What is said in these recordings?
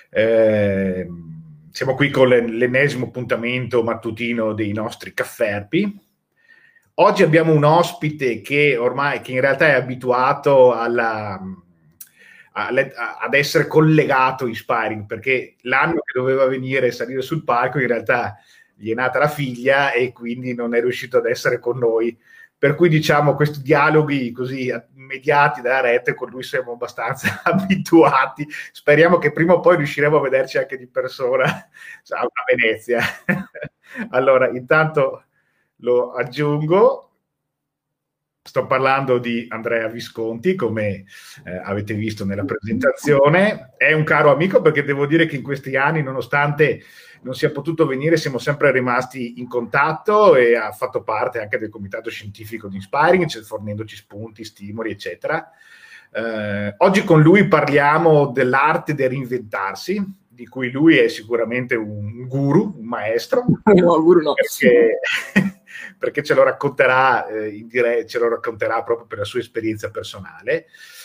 Eh, Siamo qui con l'ennesimo appuntamento mattutino dei nostri Cafferpi. Oggi abbiamo un ospite che in realtà è abituato ad essere collegato in sparring, perché l'anno che doveva venire e salire sul palco in realtà gli è nata la figlia e quindi non è riuscito ad essere con noi. Per cui diciamo questi dialoghi così immediati dalla rete con lui siamo abbastanza abituati. Speriamo che prima o poi riusciremo a vederci anche di persona a Venezia. Allora, intanto lo aggiungo. Sto parlando di Andrea Visconti, come avete visto nella presentazione. È un caro amico perché devo dire che in questi anni, nonostante non sia potuto venire, siamo sempre rimasti in contatto e ha fatto parte anche del comitato scientifico di Inspiring, cioè fornendoci spunti, stimoli, eccetera. Oggi con lui parliamo dell'arte del reinventarsi, di cui lui è sicuramente un guru, un maestro. No, guru no. Perché ce lo racconterà in diretta, ce lo racconterà proprio per la sua esperienza personale.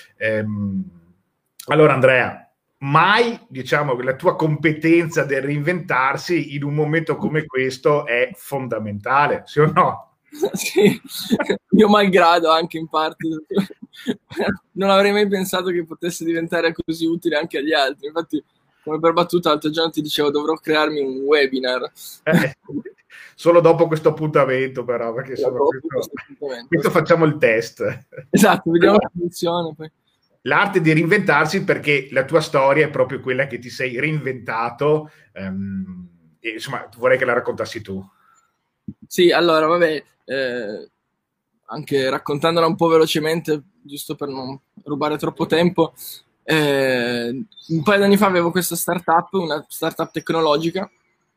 Allora Andrea, mai diciamo che la tua competenza del reinventarsi in un momento come questo è fondamentale, sì o no? Sì, io malgrado anche in parte. Non avrei mai pensato che potesse diventare così utile anche agli altri. Infatti, come per battuta, l'altro giorno ti dicevo dovrò crearmi un webinar. Solo dopo questo appuntamento, però, perché questo facciamo il test. Esatto, vediamo la funzione. Poi. L'arte di reinventarsi, perché la tua storia è proprio quella che ti sei reinventato. E, insomma, vorrei che la raccontassi tu. Sì, allora, vabbè, anche raccontandola un po' velocemente, giusto per non rubare troppo tempo, un paio di anni fa avevo questa startup, una startup tecnologica,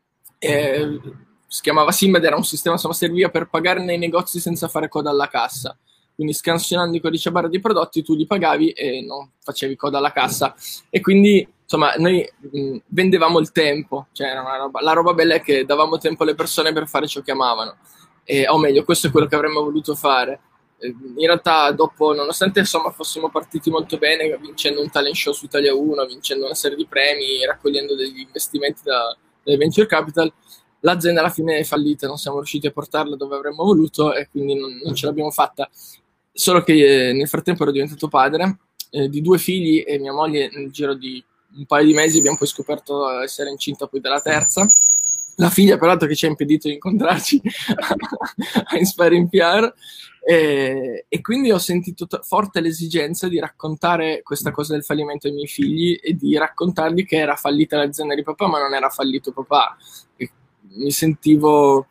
si chiamava Simbed, era un sistema, insomma, serviva per pagare nei negozi senza fare coda alla cassa. Quindi scansionando i codici a barra dei prodotti tu li pagavi e non facevi coda alla cassa. E quindi, insomma, noi vendevamo il tempo. Cioè, era la roba bella è che davamo tempo alle persone per fare ciò che amavano. O meglio, questo è quello che avremmo voluto fare. In realtà, dopo, nonostante insomma fossimo partiti molto bene, vincendo un talent show su Italia 1, vincendo una serie di premi, raccogliendo degli investimenti dai venture capital, l'azienda alla fine è fallita, non siamo riusciti a portarla dove avremmo voluto e quindi non ce l'abbiamo fatta. Solo che nel frattempo ero diventato padre di 2 figli e mia moglie nel giro di un paio di mesi abbiamo poi scoperto di essere incinta poi della terza. La figlia peraltro che ci ha impedito di incontrarci a Inspiring PR e quindi ho sentito forte l'esigenza di raccontare questa cosa del fallimento ai miei figli e di raccontargli che era fallita l'azienda di papà ma non era fallito papà. E mi sentivo...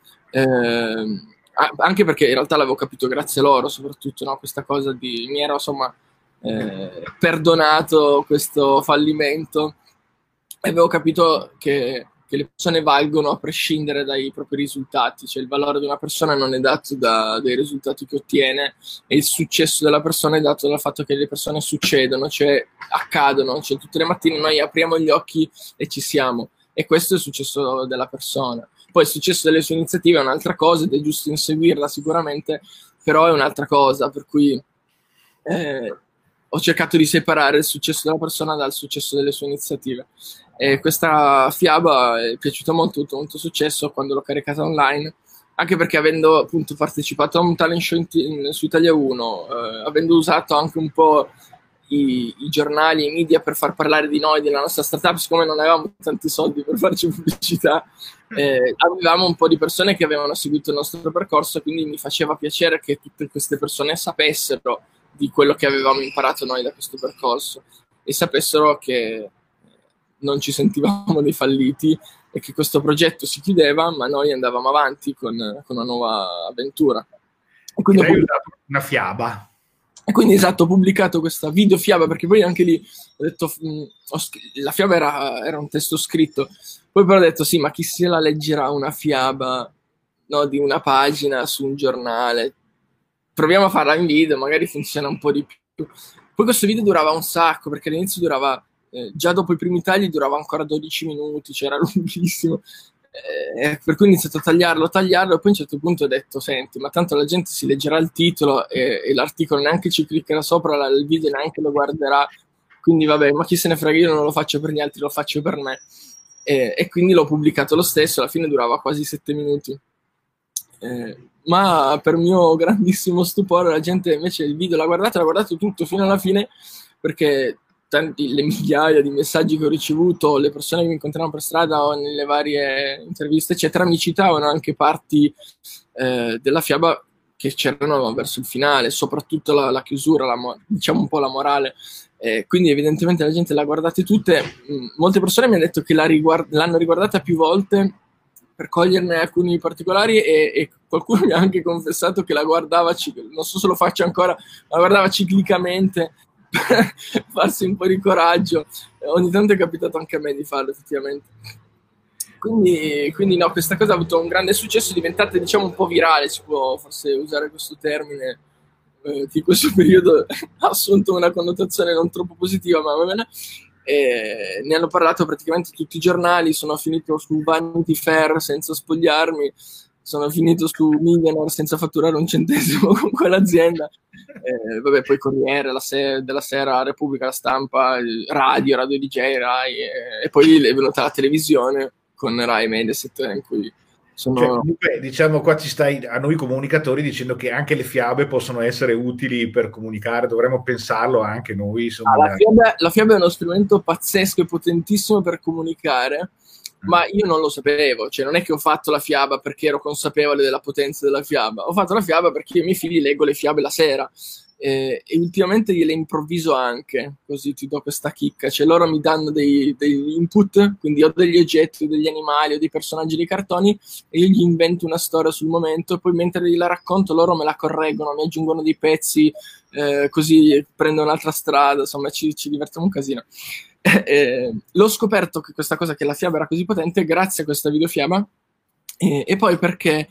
anche perché in realtà l'avevo capito grazie a loro soprattutto, no? Questa cosa mi ero insomma perdonato questo fallimento e avevo capito che le persone valgono a prescindere dai propri risultati, cioè il valore di una persona non è dato dai risultati che ottiene e il successo della persona è dato dal fatto che le persone succedono, cioè accadono, cioè tutte le mattine noi apriamo gli occhi e ci siamo e questo è il successo della persona. Poi il successo delle sue iniziative è un'altra cosa ed è giusto inseguirla sicuramente, però è un'altra cosa, per cui ho cercato di separare il successo della persona dal successo delle sue iniziative. E questa fiaba è piaciuta molto, ha avuto molto successo quando l'ho caricata online, anche perché avendo appunto partecipato a un talent show su Italia 1, avendo usato anche un po' i giornali, i media per far parlare di noi, della nostra startup, siccome non avevamo tanti soldi per farci pubblicità, avevamo un po' di persone che avevano seguito il nostro percorso, quindi mi faceva piacere che tutte queste persone sapessero di quello che avevamo imparato noi da questo percorso e sapessero che non ci sentivamo dei falliti e che questo progetto si chiudeva, ma noi andavamo avanti con una nuova avventura. E quindi hai usato una fiaba. E quindi esatto, ho pubblicato questa videofiaba perché poi anche lì ho detto la fiaba era un testo scritto, poi però ho detto sì, ma chi se la leggerà una fiaba, no, di una pagina su un giornale? Proviamo a farla in video, magari funziona un po' di più. Poi questo video durava un sacco perché all'inizio durava già dopo i primi tagli durava ancora 12 minuti, cioè era lunghissimo. Per cui ho iniziato a tagliarlo e poi a un certo punto ho detto senti, ma tanto la gente si leggerà il titolo e l'articolo neanche ci cliccherà sopra, il video neanche lo guarderà, quindi vabbè, ma chi se ne frega, io non lo faccio per gli altri, lo faccio per me. E quindi l'ho pubblicato lo stesso, alla fine durava quasi 7 minuti. Ma per mio grandissimo stupore la gente invece il video l'ha guardato tutto fino alla fine, perché le migliaia di messaggi che ho ricevuto, le persone che mi incontravano per strada o nelle varie interviste, eccetera, mi citavano anche parti della fiaba che c'erano verso il finale, soprattutto la chiusura, diciamo un po' la morale. Quindi evidentemente la gente l'ha guardate tutte. Molte persone mi hanno detto che l'hanno riguardata più volte per coglierne alcuni particolari, e qualcuno mi ha anche confessato che la guardava, non so se lo faccio ancora, la guardava ciclicamente per farsi un po' di coraggio. Ogni tanto è capitato anche a me di farlo, effettivamente. Quindi no, questa cosa ha avuto un grande successo, è diventata, diciamo, un po' virale, si può forse usare questo termine, che in questo periodo ha assunto una connotazione non troppo positiva, ma va bene. Ne hanno parlato praticamente tutti i giornali, sono finito su Vanity Fair senza spogliarmi, sono finito su Millionaire senza fatturare un centesimo con quell'azienda. Vabbè, poi Corriere della Sera, Repubblica, La Stampa, Radio DJ, Rai, e poi è venuta la televisione con Rai Mediaset, in cui comunque, diciamo, qua ci stai a noi comunicatori dicendo che anche le fiabe possono essere utili per comunicare, dovremmo pensarlo anche noi. Insomma, la fiaba è uno strumento pazzesco e potentissimo per comunicare, ma io non lo sapevo, cioè non è che ho fatto la fiaba perché ero consapevole della potenza della fiaba, ho fatto la fiaba perché io ai miei figli leggo le fiabe la sera, e ultimamente gliele improvviso anche, così ti do questa chicca, cioè loro mi danno degli input, quindi ho degli oggetti, degli animali o dei personaggi di cartoni, e io gli invento una storia sul momento, e poi mentre gliela racconto loro me la correggono, mi aggiungono dei pezzi, così prendo un'altra strada, insomma ci divertiamo un casino. L'ho scoperto che questa cosa, che la fiaba era così potente, grazie a questa videofiaba, e poi perché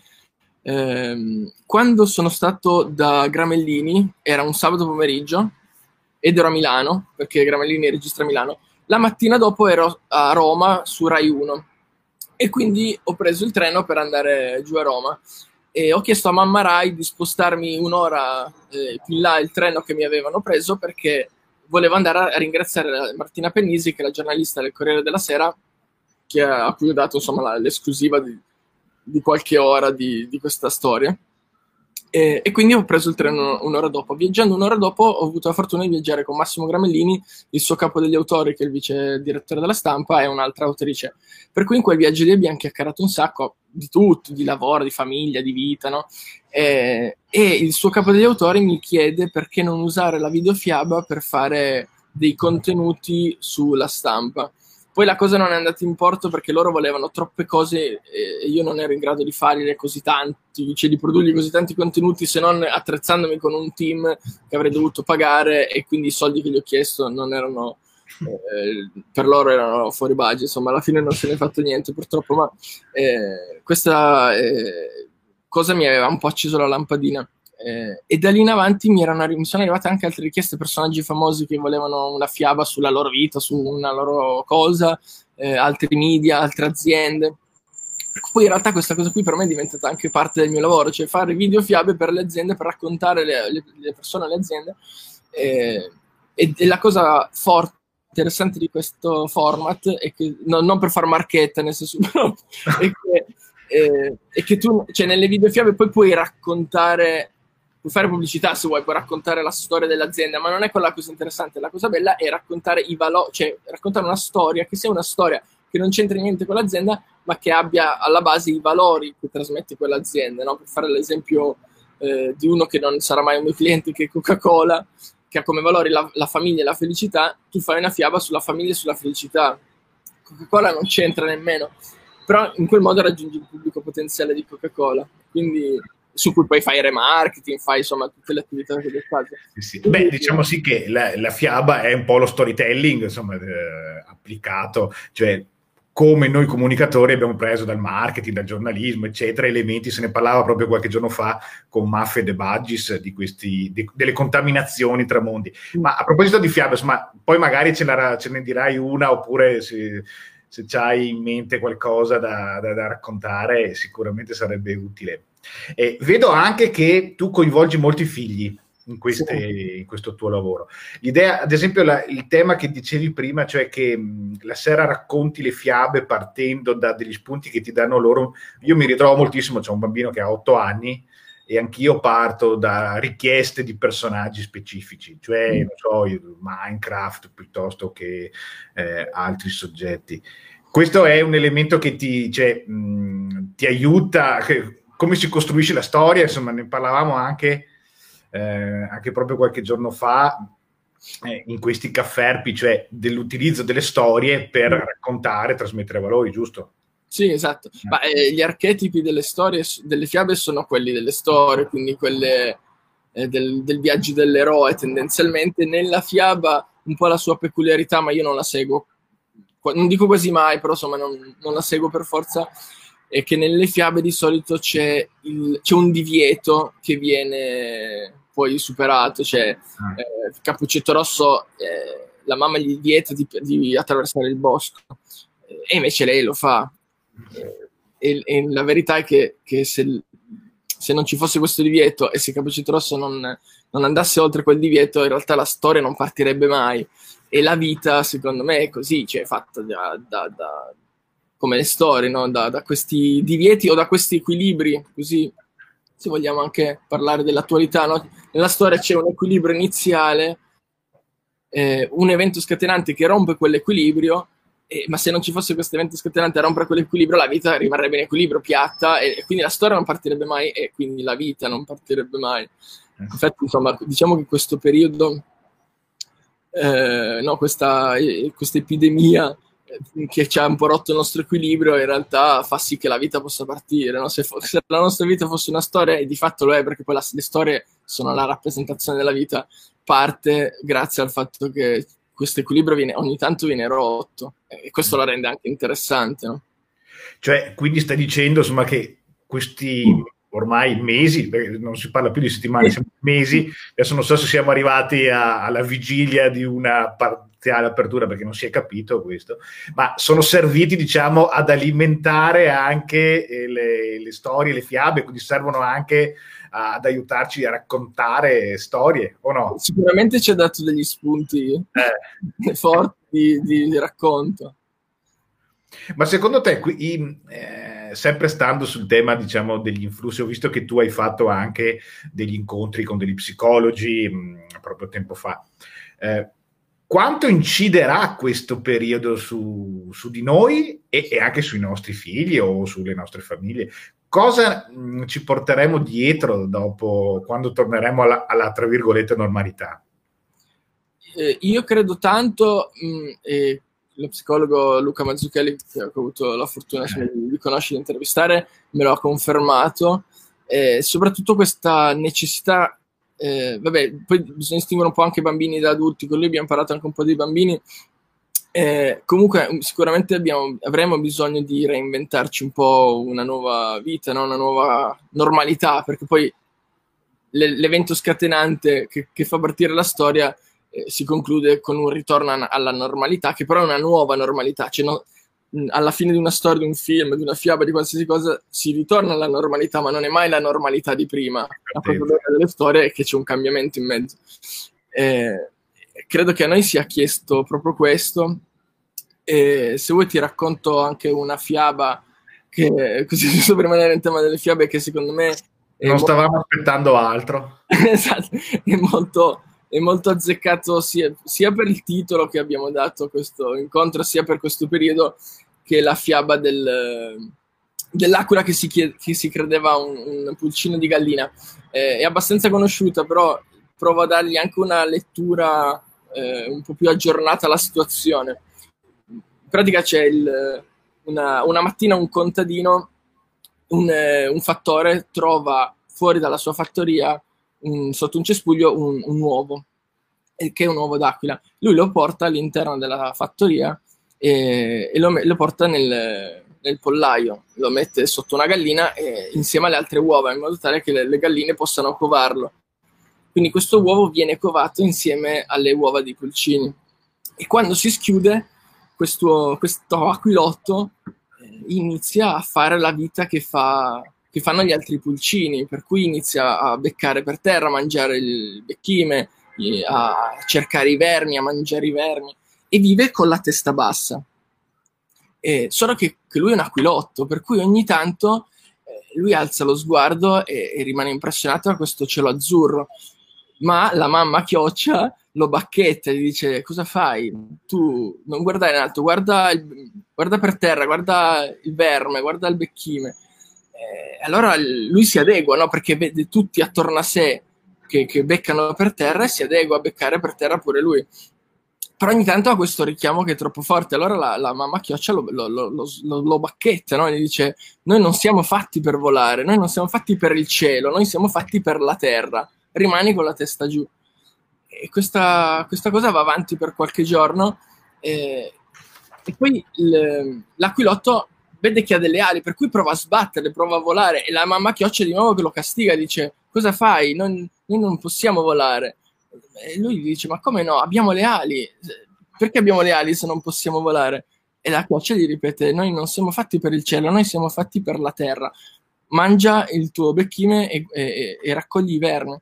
quando sono stato da Gramellini, era un sabato pomeriggio ed ero a Milano, perché Gramellini registra a Milano, la mattina dopo ero a Roma su Rai 1, e quindi ho preso il treno per andare giù a Roma, e ho chiesto a mamma Rai di spostarmi un'ora più in là il treno che mi avevano preso, perché volevo andare a ringraziare Martina Pennisi, che è la giornalista del Corriere della Sera, a cui ho dato, insomma, l'esclusiva di qualche ora di questa storia, e quindi ho preso il treno un'ora dopo. Viaggiando un'ora dopo ho avuto la fortuna di viaggiare con Massimo Gramellini, il suo capo degli autori, che è il vice direttore della Stampa, e un'altra autrice, per cui in quel viaggio lì abbiamo chiacchierato un sacco di tutto, di lavoro, di famiglia, di vita, no? E il suo capo degli autori mi chiede perché non usare la videofiaba per fare dei contenuti sulla Stampa. Poi la cosa non è andata in porto perché loro volevano troppe cose e io non ero in grado di farle così tanti, cioè di produrli così tanti contenuti, se non attrezzandomi con un team che avrei dovuto pagare, e quindi i soldi che gli ho chiesto non erano, per loro erano fuori budget, insomma alla fine non se ne è fatto niente purtroppo, ma questa cosa mi aveva un po' acceso la lampadina. E da lì in avanti mi sono arrivate anche altre richieste, personaggi famosi che volevano una fiaba sulla loro vita, su una loro cosa, altri media, altre aziende. Poi in realtà questa cosa qui per me è diventata anche parte del mio lavoro, cioè fare videofiabe per le aziende, per raccontare le persone alle aziende, e la cosa forte, interessante di questo format è che, non per far marchetta, nel senso, però, è che tu, cioè, nelle videofiabe poi puoi raccontare, puoi fare pubblicità se vuoi, puoi raccontare la storia dell'azienda, ma non è quella la cosa interessante. La cosa bella è raccontare i valori, cioè raccontare una storia che sia una storia che non c'entra niente con l'azienda, ma che abbia alla base i valori che trasmette quell'azienda, no? Per fare l'esempio di uno che non sarà mai un mio cliente, che è Coca-Cola, che ha come valori la famiglia e la felicità. Tu fai una fiaba sulla famiglia e sulla felicità. Coca-Cola non c'entra nemmeno, però in quel modo raggiungi il pubblico potenziale di Coca-Cola, quindi su cui poi fai remarketing, fai insomma tutte le attività che devi fare. Sì. Beh, diciamo sì che la fiaba è un po' lo storytelling, insomma, applicato, cioè come noi comunicatori abbiamo preso dal marketing, dal giornalismo, eccetera, elementi, se ne parlava proprio qualche giorno fa con Maffei e De Baggis delle contaminazioni tra mondi. Ma a proposito di fiaba, insomma, poi magari ce ne dirai una, oppure se c'hai in mente qualcosa da raccontare, sicuramente sarebbe utile. Vedo anche che tu coinvolgi molti figli in questo tuo lavoro. L'idea, ad esempio, il tema che dicevi prima, cioè che la sera racconti le fiabe partendo da degli spunti che ti danno loro. Io mi ritrovo moltissimo, c'è un bambino che ha 8 anni e anch'io parto da richieste di personaggi specifici, cioè non so, Minecraft piuttosto che altri soggetti. Questo è un elemento che ti aiuta, come si costruisce la storia, insomma, ne parlavamo anche proprio qualche giorno fa in questi cafferpi, cioè dell'utilizzo delle storie per raccontare, trasmettere valori, giusto? Sì, esatto. Ma gli archetipi delle storie, delle fiabe, sono quelli delle storie, quindi quelle del viaggio dell'eroe tendenzialmente. Nella fiaba un po' la sua peculiarità, ma io non la seguo, non dico quasi mai, però insomma non la seguo per forza, è che nelle fiabe di solito c'è un divieto che viene poi superato, cioè Cappuccetto Rosso, la mamma gli vieta di attraversare il bosco, e invece lei lo fa. E la verità è che se non ci fosse questo divieto e se Cappuccetto Rosso non andasse oltre quel divieto, in realtà la storia non partirebbe mai. E la vita, secondo me, è così, cioè fatta come le storie, no? Da questi divieti o da questi equilibri, così, se vogliamo anche parlare dell'attualità, no? Nella storia c'è un equilibrio iniziale, un evento scatenante che rompe quell'equilibrio, ma se non ci fosse questo evento scatenante a rompere quell'equilibrio, la vita rimarrebbe in equilibrio, piatta, e quindi la storia non partirebbe mai, e quindi la vita non partirebbe mai. Infatti, insomma, diciamo che questo periodo, questa epidemia che ci ha un po' rotto il nostro equilibrio, in realtà fa sì che la vita possa partire, no? Se la nostra vita fosse una storia, e di fatto lo è, perché poi le storie sono la rappresentazione della vita, parte grazie al fatto che questo equilibrio ogni tanto viene rotto, e questo la rende anche interessante, no? Cioè, quindi stai dicendo, insomma, che questi ormai mesi, perché non si parla più di settimane, siamo mesi, adesso non so se siamo arrivati alla vigilia di una parziale apertura, perché non si è capito questo, ma sono serviti, diciamo, ad alimentare anche le storie, le fiabe, quindi servono anche ad aiutarci a raccontare storie, o no? Sicuramente ci ha dato degli spunti forti di racconto. Ma secondo te, sempre stando sul tema, diciamo, degli influssi, ho visto che tu hai fatto anche degli incontri con degli psicologi proprio tempo fa. Quanto inciderà questo periodo su di noi e anche sui nostri figli o sulle nostre famiglie? Cosa ci porteremo dietro dopo, quando torneremo alla tra virgolette normalità? Io credo tanto, lo psicologo Luca Mazzucchelli, che ho avuto la fortuna di conoscere e intervistare, me lo ha confermato, soprattutto questa necessità, poi bisogna distinguere un po' anche bambini da adulti, con lui abbiamo parlato anche un po' dei bambini, comunque sicuramente avremo bisogno di reinventarci un po' una nuova vita, no? Una nuova normalità, perché poi l'evento scatenante che fa partire la storia si conclude con un ritorno alla normalità, che però è una nuova normalità, cioè alla fine di una storia, di un film, di una fiaba, di qualsiasi cosa, si ritorna alla normalità, ma non è mai la normalità di prima. La problema delle storie è che c'è un cambiamento in mezzo. Credo che a noi sia chiesto proprio questo. Se vuoi ti racconto anche una fiaba, che così giusto per rimanere in tema delle fiabe, che secondo me non stavamo aspettando altro. Esatto, è molto azzeccato sia per il titolo che abbiamo dato a questo incontro, sia per questo periodo, che la fiaba dell'aquila che si credeva un pulcino di gallina. È abbastanza conosciuta, però provo a dargli anche una lettura un po' più aggiornata alla situazione. In pratica c'è una mattina un contadino, un fattore, trova fuori dalla sua fattoria sotto un cespuglio un uovo, che è un uovo d'aquila. Lui lo porta all'interno della fattoria e lo porta nel pollaio, lo mette sotto una gallina insieme alle altre uova, in modo tale che le galline possano covarlo. Quindi questo uovo viene covato insieme alle uova dei pulcini, e quando si schiude questo aquilotto inizia a fare la vita che fa che fanno gli altri pulcini, per cui inizia a beccare per terra, a mangiare il becchime, a cercare i vermi, a mangiare i vermi, e vive con la testa bassa. Solo che lui è un aquilotto, per cui ogni tanto lui alza lo sguardo e rimane impressionato da questo cielo azzurro, ma la mamma chioccia lo bacchetta e gli dice: cosa fai? Tu non guardare in alto, guarda per terra, guarda il verme, guarda il becchime. Allora lui si adegua, no? Perché vede tutti attorno a sé che beccano per terra e si adegua a beccare per terra pure lui. Però ogni tanto ha questo richiamo che è troppo forte, allora la mamma chioccia lo bacchetta, no? E gli dice: noi non siamo fatti per volare, noi non siamo fatti per il cielo, noi siamo fatti per la terra, rimani con la testa giù. E questa cosa va avanti per qualche giorno, e poi l'aquilotto vede che ha delle ali, per cui prova a sbatterle, prova a volare, e la mamma chioccia di nuovo che lo castiga, dice: cosa fai? Noi non possiamo volare. E lui gli dice: ma come no? Abbiamo le ali. Perché abbiamo le ali se non possiamo volare? E la chioccia gli ripete: noi non siamo fatti per il cielo, noi siamo fatti per la terra. Mangia il tuo becchime e raccogli i vermi.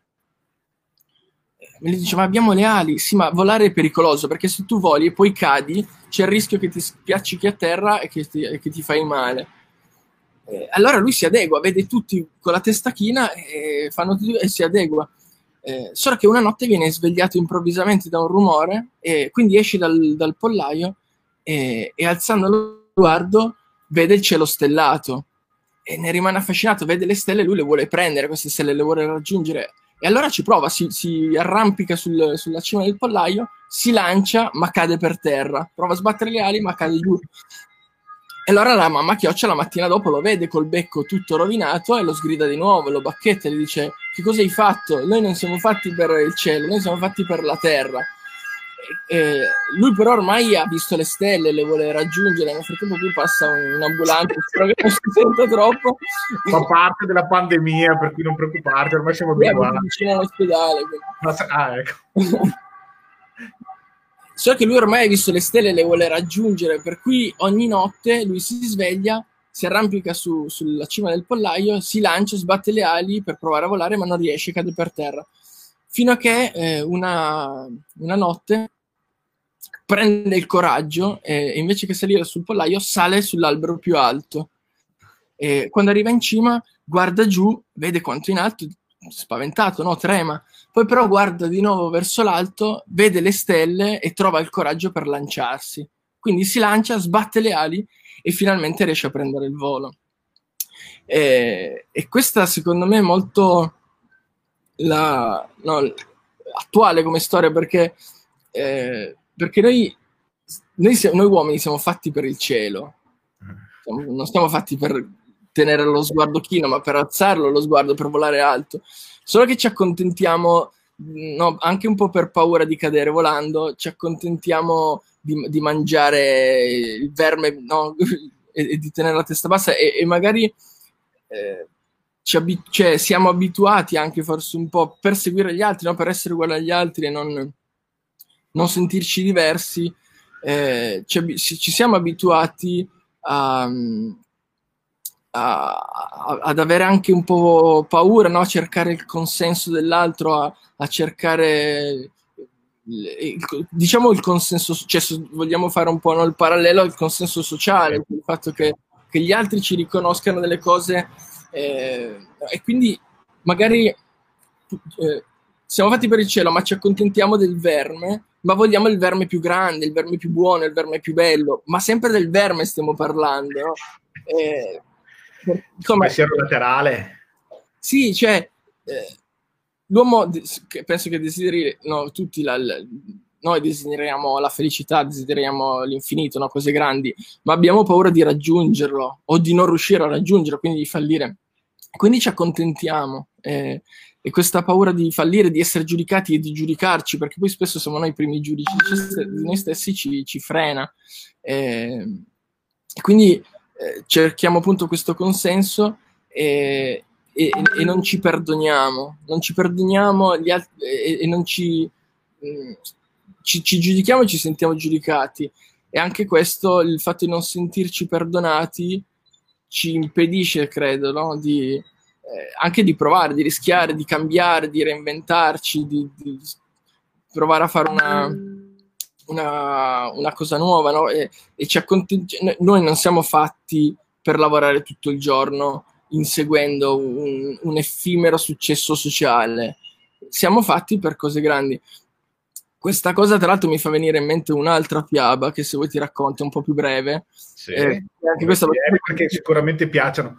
E gli dice: ma abbiamo le ali. Sì, ma volare è pericoloso, perché se tu voli e poi cadi, c'è il rischio che ti spiaccichi a terra e che ti fai male. Allora lui si adegua, vede tutti con la testa china e si adegua. Solo che una notte viene svegliato improvvisamente da un rumore, e quindi esce dal pollaio e alzando lo sguardo vede il cielo stellato e ne rimane affascinato, vede le stelle, lui le vuole prendere queste stelle, le vuole raggiungere, e allora ci prova, si arrampica sulla cima del pollaio, si lancia ma cade per terra, prova a sbattere le ali ma cade giù. E allora la mamma chioccia la mattina dopo lo vede col becco tutto rovinato e lo sgrida di nuovo, lo bacchetta e gli dice: che cosa hai fatto? Noi non siamo fatti per il cielo, noi siamo fatti per la terra. Lui però ormai ha visto le stelle, le vuole raggiungere. Nel frattempo qui passa un'ambulanza, spero che non si senta troppo. Fa parte della pandemia, per cui non preoccuparti, ormai siamo abituati. Vicino all'ospedale. Ecco. So che lui ormai ha visto le stelle e le vuole raggiungere, per cui ogni notte lui si sveglia, si arrampica sulla cima del pollaio, si lancia, sbatte le ali per provare a volare, ma non riesce, cade per terra. Fino a che una notte prende il coraggio e invece che salire sul pollaio sale sull'albero più alto. E quando arriva in cima guarda giù, vede quanto in alto, spaventato, no? Trema. Poi però guarda di nuovo verso l'alto, vede le stelle e trova il coraggio per lanciarsi. Quindi si lancia, sbatte le ali e finalmente riesce a prendere il volo. E questa secondo me è molto attuale come storia, perché noi uomini siamo fatti per il cielo, non siamo fatti per tenere lo sguardo chino, ma per alzarlo lo sguardo, per volare alto. Solo che ci accontentiamo, no, anche un po' per paura di cadere volando, ci accontentiamo di mangiare il verme, no? e di tenere la testa bassa, e magari siamo abituati anche forse un po' per seguire gli altri, no? Per essere uguali agli altri e non sentirci diversi. Ci siamo abituati ad avere anche un po' paura, no? A cercare il consenso dell'altro, a cercare diciamo il consenso, cioè se vogliamo fare un po', no, il parallelo al consenso sociale, il fatto che gli altri ci riconoscano delle cose, e quindi magari siamo fatti per il cielo ma ci accontentiamo del verme, ma vogliamo il verme più grande, il verme più buono, il verme più bello, ma sempre del verme stiamo parlando, no? Insomma, pensiero laterale. Sì, cioè l'uomo penso che desideri, no, tutti noi desideriamo la felicità, desideriamo l'infinito, no, cose grandi, ma abbiamo paura di raggiungerlo o di non riuscire a raggiungerlo, quindi di fallire. Quindi ci accontentiamo, e questa paura di fallire, di essere giudicati e di giudicarci, perché poi spesso siamo noi i primi giudici di noi stessi, ci frena. Quindi cerchiamo appunto questo consenso e non ci perdoniamo, gli altri, e non ci giudichiamo e ci sentiamo giudicati. E anche questo, il fatto di non sentirci perdonati, ci impedisce, credo, no? di anche di provare, di rischiare, di cambiare, di reinventarci, di provare a fare una cosa nuova, no? E noi non siamo fatti per lavorare tutto il giorno inseguendo un effimero successo sociale, siamo fatti per cose grandi. Questa cosa tra l'altro mi fa venire in mente un'altra fiaba che se vuoi ti racconto, un po' più breve. Sì, anche questa perché sicuramente piacciono.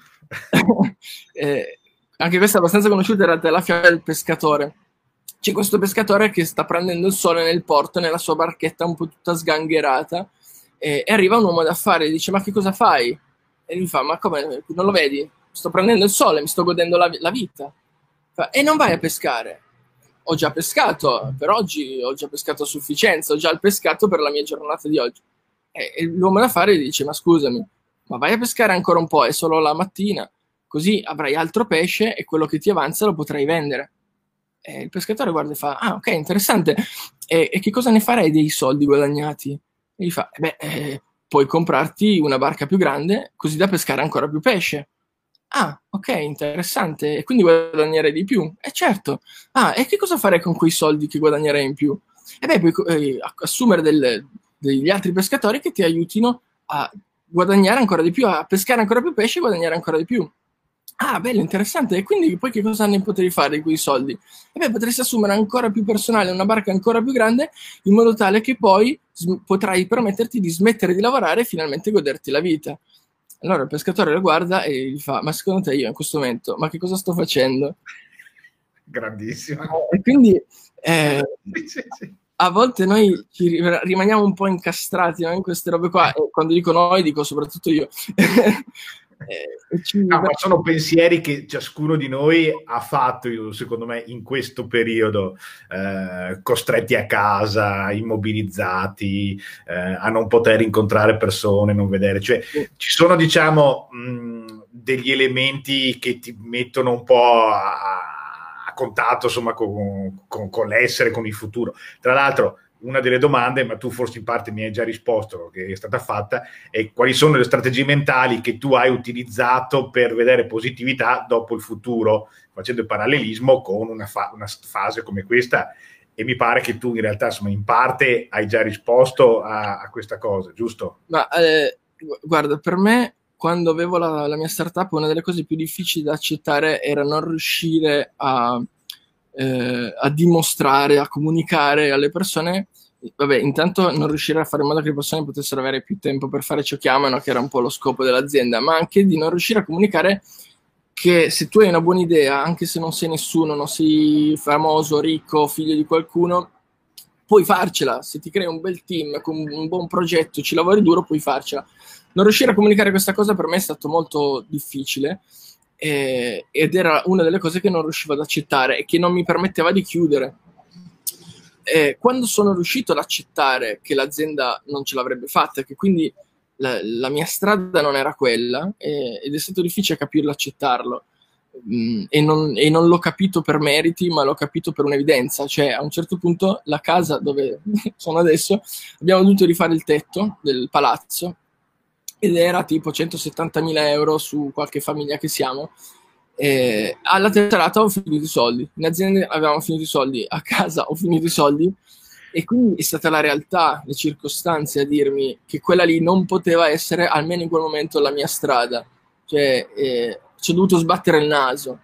Anche questa è abbastanza conosciuta, in realtà è la fiaba del pescatore. C'è questo pescatore che sta prendendo il sole nel porto, nella sua barchetta un po' tutta sgangherata, e arriva un uomo d'affari e dice: ma che cosa fai? E lui fa: ma come, non lo vedi? Sto prendendo il sole, mi sto godendo la vita. Fa: e non vai a pescare? Ho già pescato per oggi, ho già pescato a sufficienza, ho già il pescato per la mia giornata di oggi. E l'uomo d'affari dice: ma scusami, ma vai a pescare ancora un po', è solo la mattina, così avrai altro pesce e quello che ti avanza lo potrai vendere. E il pescatore guarda e fa: ah, ok, interessante, e che cosa ne farei dei soldi guadagnati? E gli fa: puoi comprarti una barca più grande così da pescare ancora più pesce. Ah, ok, interessante. E quindi guadagnerei di più? Certo. Ah, e che cosa farei con quei soldi che guadagnerei in più? Puoi assumere degli altri pescatori che ti aiutino a guadagnare ancora di più, a pescare ancora più pesce e guadagnare ancora di più. Ah, bello, interessante. E quindi poi che cosa ne potevi fare di quei soldi? Potresti assumere ancora più personale, una barca ancora più grande, in modo tale che poi potrai permetterti di smettere di lavorare e finalmente goderti la vita. Allora il pescatore lo guarda e gli fa: ma secondo te io in questo momento, ma che cosa sto facendo? Grandissimo. E quindi sì. A volte noi ci rimaniamo un po' incastrati, no, in queste robe qua, e quando dico noi dico soprattutto io. No, ma sono pensieri che ciascuno di noi ha fatto, secondo me, in questo periodo, costretti a casa, immobilizzati, a non poter incontrare persone, non vedere. Cioè, ci sono, diciamo, degli elementi che ti mettono un po' a contatto, insomma, con l'essere, con il futuro. Tra l'altro, una delle domande, ma tu forse in parte mi hai già risposto, che è stata fatta, è quali sono le strategie mentali che tu hai utilizzato per vedere positività dopo il futuro, facendo il parallelismo con una fase come questa, e mi pare che tu in realtà, insomma, in parte hai già risposto a questa cosa, giusto? Ma guarda, per me, quando avevo la mia startup, una delle cose più difficili da accettare era non riuscire a dimostrare, a comunicare alle persone. Vabbè, intanto non riuscire a fare in modo che le persone potessero avere più tempo per fare ciò che amano, che era un po' lo scopo dell'azienda, ma anche di non riuscire a comunicare che se tu hai una buona idea, anche se non sei nessuno, non sei famoso, ricco, figlio di qualcuno, puoi farcela. Se ti crei un bel team con un buon progetto, ci lavori duro, puoi farcela. Non riuscire a comunicare questa cosa per me è stato molto difficile, ed era una delle cose che non riuscivo ad accettare e che non mi permetteva di chiudere. Quando sono riuscito ad accettare che l'azienda non ce l'avrebbe fatta, che quindi la mia strada non era quella, ed è stato difficile capirlo, accettarlo, e non l'ho capito per meriti, ma l'ho capito per un'evidenza. Cioè, a un certo punto la casa dove sono adesso, abbiamo dovuto rifare il tetto del palazzo, ed era tipo 170.000 euro su qualche famiglia che siamo. Alla terza rata ho finito i soldi, in azienda avevamo finito i soldi, a casa ho finito i soldi, e quindi è stata la realtà, le circostanze a dirmi che quella lì non poteva essere, almeno in quel momento, la mia strada. Cioè, ci ho dovuto sbattere il naso,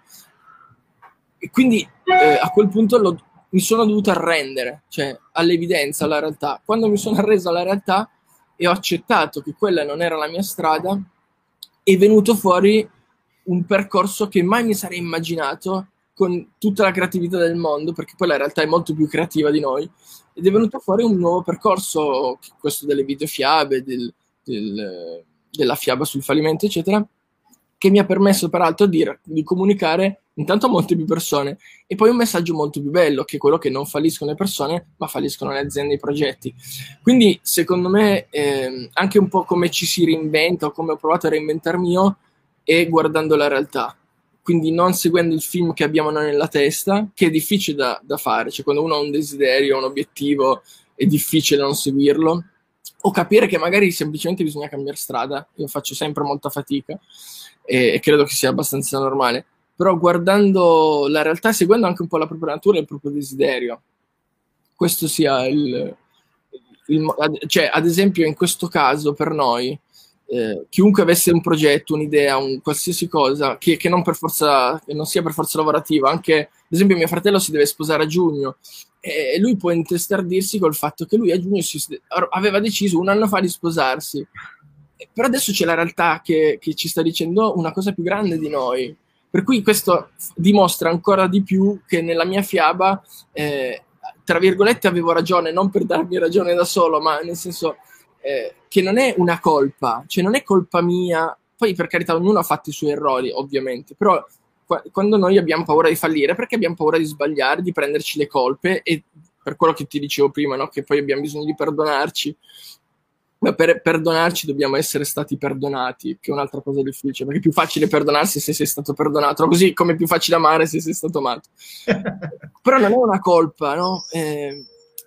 e quindi a quel punto mi sono dovuto arrendere, cioè all'evidenza, alla realtà. Quando mi sono arreso alla realtà e ho accettato che quella non era la mia strada, è venuto fuori un percorso che mai mi sarei immaginato, con tutta la creatività del mondo, perché poi la realtà è molto più creativa di noi, ed è venuto fuori un nuovo percorso, questo delle videofiabe, della fiaba sul fallimento, eccetera, che mi ha permesso peraltro di comunicare intanto a molte più persone, e poi un messaggio molto più bello, che è quello che non falliscono le persone, ma falliscono le aziende e i progetti. Quindi secondo me anche un po' come ci si reinventa, o come ho provato a reinventarmi io, è guardando la realtà, quindi non seguendo il film che abbiamo noi nella testa, che è difficile da fare. Cioè, quando uno ha un desiderio, un obiettivo, è difficile non seguirlo, o capire che magari semplicemente bisogna cambiare strada. Io faccio sempre molta fatica, e credo che sia abbastanza normale, però guardando la realtà, seguendo anche un po' la propria natura e il proprio desiderio. Questo sia cioè, ad esempio, in questo caso, per noi, chiunque avesse un progetto, un'idea, un qualsiasi cosa, che non per forza, che non sia per forza lavorativa, anche, ad esempio, mio fratello si deve sposare a giugno, e lui può intestardirsi col fatto che lui a giugno aveva deciso un anno fa di sposarsi. Però adesso c'è la realtà che ci sta dicendo una cosa più grande di noi. Per cui questo dimostra ancora di più che nella mia fiaba, tra virgolette, avevo ragione, non per darmi ragione da solo, ma nel senso che non è una colpa, cioè non è colpa mia. Poi, per carità, ognuno ha fatto i suoi errori, ovviamente, però quando noi abbiamo paura di fallire, perché abbiamo paura di sbagliare, di prenderci le colpe, e per quello che ti dicevo prima, no? Che poi abbiamo bisogno di perdonarci. Ma per perdonarci dobbiamo essere stati perdonati, che è un'altra cosa difficile, perché è più facile perdonarsi se sei stato perdonato, così come è più facile amare se sei stato amato. Però non è una colpa, no? E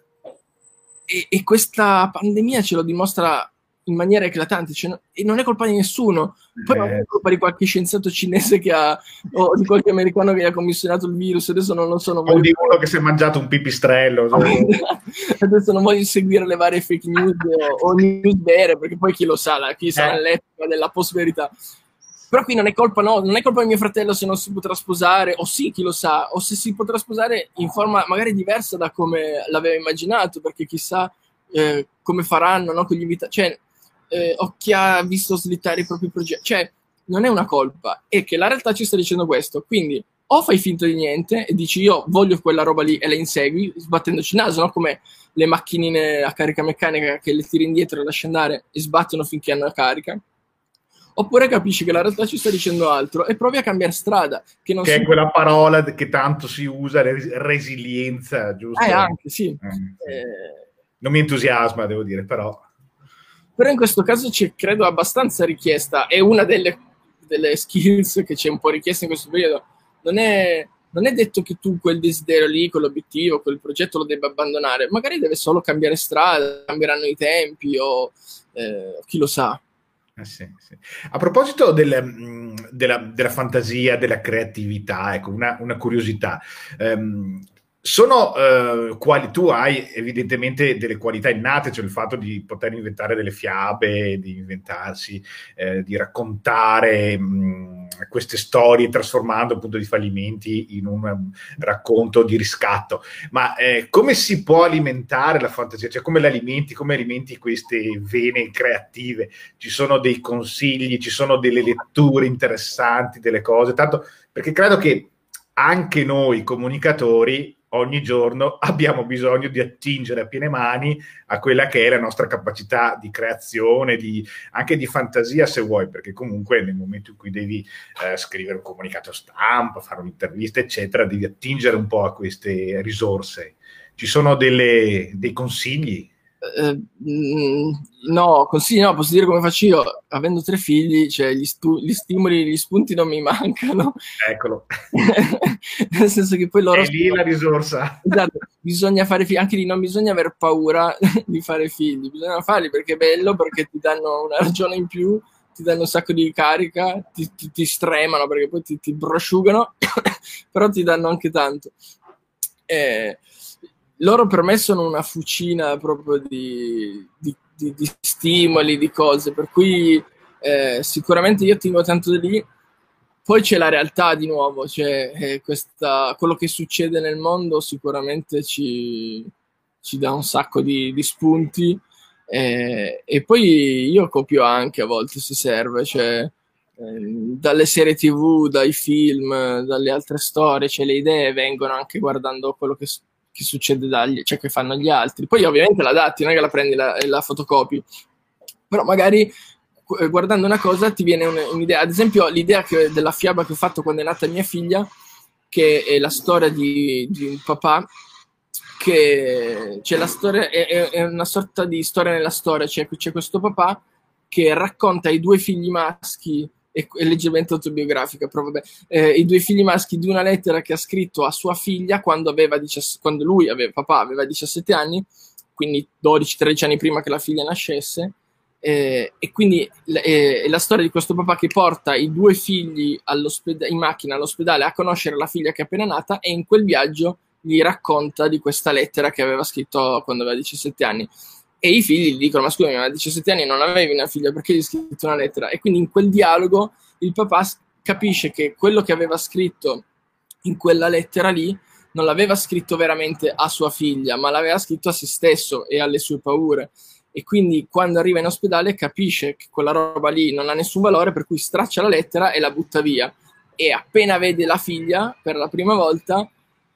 questa pandemia ce lo dimostra in maniera eclatante, cioè, e non è colpa di nessuno, poi non è colpa di qualche scienziato cinese o di qualche americano che ha commissionato il virus, adesso non lo so. O di uno che si è mangiato un pipistrello. Adesso non voglio seguire le varie fake news o news vere, perché poi chi lo sa, chi sa nell'epoca della post-verità. Però qui non è colpa, no, non è colpa di mio fratello se non si potrà sposare, o sì, chi lo sa, o se si potrà sposare in forma magari diversa da come l'aveva immaginato, perché chissà come faranno, no, con gli invitati, cioè, o chi ha visto slittare i propri progetti, cioè, non è una colpa, è che la realtà ci sta dicendo questo, quindi o fai finta di niente e dici io voglio quella roba lì e la insegui sbattendoci il naso, no? Come le macchinine a carica meccanica che le tiri indietro e lasci andare e sbattono finché hanno la carica. Oppure capisci che la realtà ci sta dicendo altro e provi a cambiare strada. Che è quella parola che tanto si usa, resilienza, giusto? Anche, sì. Non mi entusiasma, devo dire, però in questo caso c'è, credo, abbastanza richiesta. È una delle skills che c'è un po' richiesta in questo periodo. Non è detto che tu quel desiderio lì, quell'obiettivo, quel progetto lo debba abbandonare. Magari deve solo cambiare strada, cambieranno i tempi o chi lo sa. Sì. A proposito della fantasia, della creatività, ecco, una curiosità. Sono quali tu hai evidentemente delle qualità innate, cioè il fatto di poter inventare delle fiabe, di inventarsi, di raccontare queste storie trasformando appunto i fallimenti in un racconto di riscatto. Ma come si può alimentare la fantasia? Cioè come alimenti queste vene creative? Ci sono dei consigli, ci sono delle letture interessanti, delle cose, tanto perché credo che anche noi comunicatori ogni giorno abbiamo bisogno di attingere a piene mani a quella che è la nostra capacità di creazione, anche di fantasia se vuoi, perché comunque nel momento in cui devi scrivere un comunicato stampa, fare un'intervista eccetera, devi attingere un po' a queste risorse. Ci sono dei consigli? No, consigli no, posso dire come faccio io, avendo 3 figli, cioè gli stimoli, gli spunti non mi mancano. Eccolo. Nel senso che poi loro... È lì la risorsa. Esatto, bisogna fare figli, anche lì non bisogna aver paura di fare figli, bisogna farli perché è bello, perché ti danno una ragione in più, ti danno un sacco di carica, ti stremano perché poi ti prosciugano, però ti danno anche tanto. Loro per me sono una fucina proprio di stimoli, di cose, per cui sicuramente io tengo tanto di lì. Poi c'è la realtà di nuovo, cioè quello che succede nel mondo sicuramente ci dà un sacco di spunti, e poi io copio anche a volte se serve, cioè dalle serie TV, dai film, dalle altre storie, cioè le idee vengono anche guardando quello che succede cioè che fanno gli altri. Poi ovviamente la adatti, non è che la prendi e la fotocopi, però magari guardando una cosa ti viene un'idea. Ad esempio l'idea della fiaba che ho fatto quando è nata mia figlia, che è la storia di un papà che c'è la storia, è una sorta di storia nella storia, cioè c'è questo papà che racconta ai 2 figli maschi, è leggermente autobiografica, però vabbè, i 2 figli maschi di una lettera che ha scritto a sua figlia quando papà aveva 17 anni, quindi 12-13 anni prima che la figlia nascesse, E quindi è la storia di questo papà che porta i due figli in macchina all'ospedale a conoscere la figlia che è appena nata, e in quel viaggio gli racconta di questa lettera che aveva scritto quando aveva 17 anni. E i figli gli dicono: ma scusami, ma a 17 anni non avevi una figlia, perché gli hai scritto una lettera? E quindi in quel dialogo il papà capisce che quello che aveva scritto in quella lettera lì non l'aveva scritto veramente a sua figlia, ma l'aveva scritto a se stesso e alle sue paure. E quindi quando arriva in ospedale capisce che quella roba lì non ha nessun valore, per cui straccia la lettera e la butta via. E appena vede la figlia per la prima volta,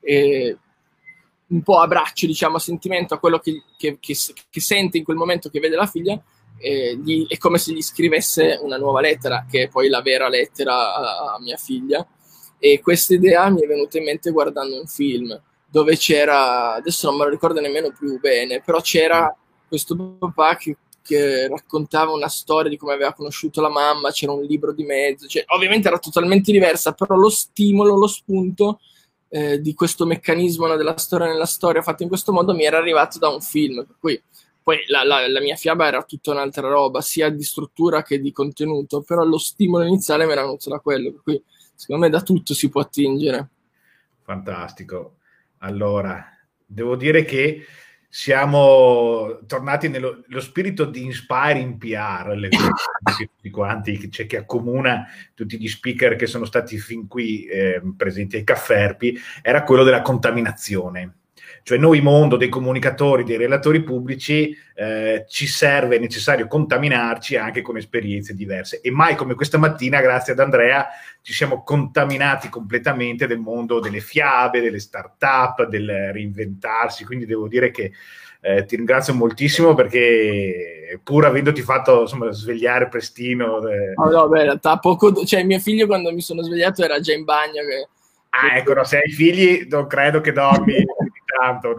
un po' a braccio, diciamo, a sentimento a quello che sente in quel momento che vede la figlia, è come se gli scrivesse una nuova lettera, che è poi la vera lettera a mia figlia. E questa idea mi è venuta in mente guardando un film dove c'era, adesso non me lo ricordo nemmeno più bene, però c'era questo papà che raccontava una storia di come aveva conosciuto la mamma, c'era un libro di mezzo, cioè, ovviamente era totalmente diversa, però lo stimolo, lo spunto di questo meccanismo della storia nella storia fatto in questo modo mi era arrivato da un film, per cui poi la mia fiaba era tutta un'altra roba, sia di struttura che di contenuto, però lo stimolo iniziale mi era venuto da quello, per cui secondo me da tutto si può attingere. Fantastico. Allora, devo dire che siamo tornati nello spirito di Inspiring PR, tutti quanti, cioè, che accomuna tutti gli speaker che sono stati fin qui presenti ai Cafferpi, era quello della contaminazione. Cioè noi, mondo dei comunicatori, dei relatori pubblici, ci serve, è necessario contaminarci anche con esperienze diverse, e mai come questa mattina, grazie ad Andrea, ci siamo contaminati completamente del mondo delle fiabe, delle start-up, del reinventarsi, quindi devo dire che ti ringrazio moltissimo, perché pur avendoti fatto, insomma, svegliare prestino... No, beh, in realtà cioè mio figlio quando mi sono svegliato era già in bagno ecco, no, se hai figli non credo che dormi tanto.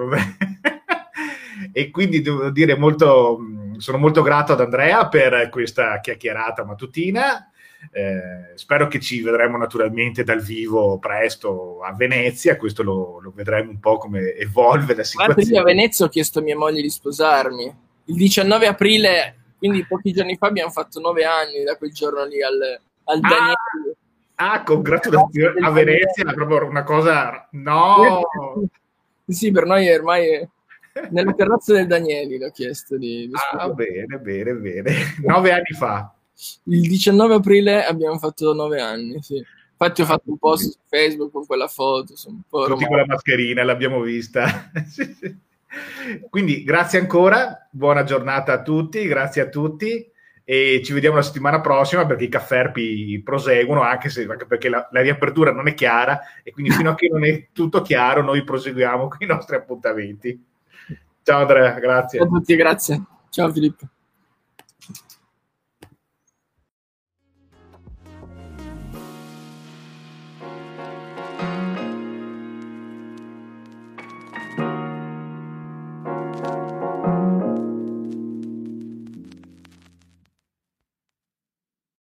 E quindi devo dire sono molto grato ad Andrea per questa chiacchierata mattutina. Spero che ci vedremo naturalmente dal vivo presto a Venezia, questo lo vedremo un po' come evolve la situazione. Io a Venezia ho chiesto a mia moglie di sposarmi il 19 aprile, quindi pochi giorni fa abbiamo fatto 9 anni da quel giorno lì al Daniele. Congratulazioni a Venezia, è proprio una cosa... No! Sì, per noi ormai è nella terrazza del Danieli l'ho chiesto di bene. 9 anni fa. Il 19 aprile abbiamo fatto 9 anni, sì. Infatti ho fatto un post su Facebook con quella foto. Tutti con la mascherina, l'abbiamo vista. Sì. Quindi grazie ancora, buona giornata a tutti, grazie a tutti. E ci vediamo la settimana prossima, perché i Cafferpi proseguono, anche perché la riapertura non è chiara, e quindi fino a che non è tutto chiaro noi proseguiamo con i nostri appuntamenti. Ciao Andrea, grazie. Ciao a tutti, grazie. Ciao Filippo.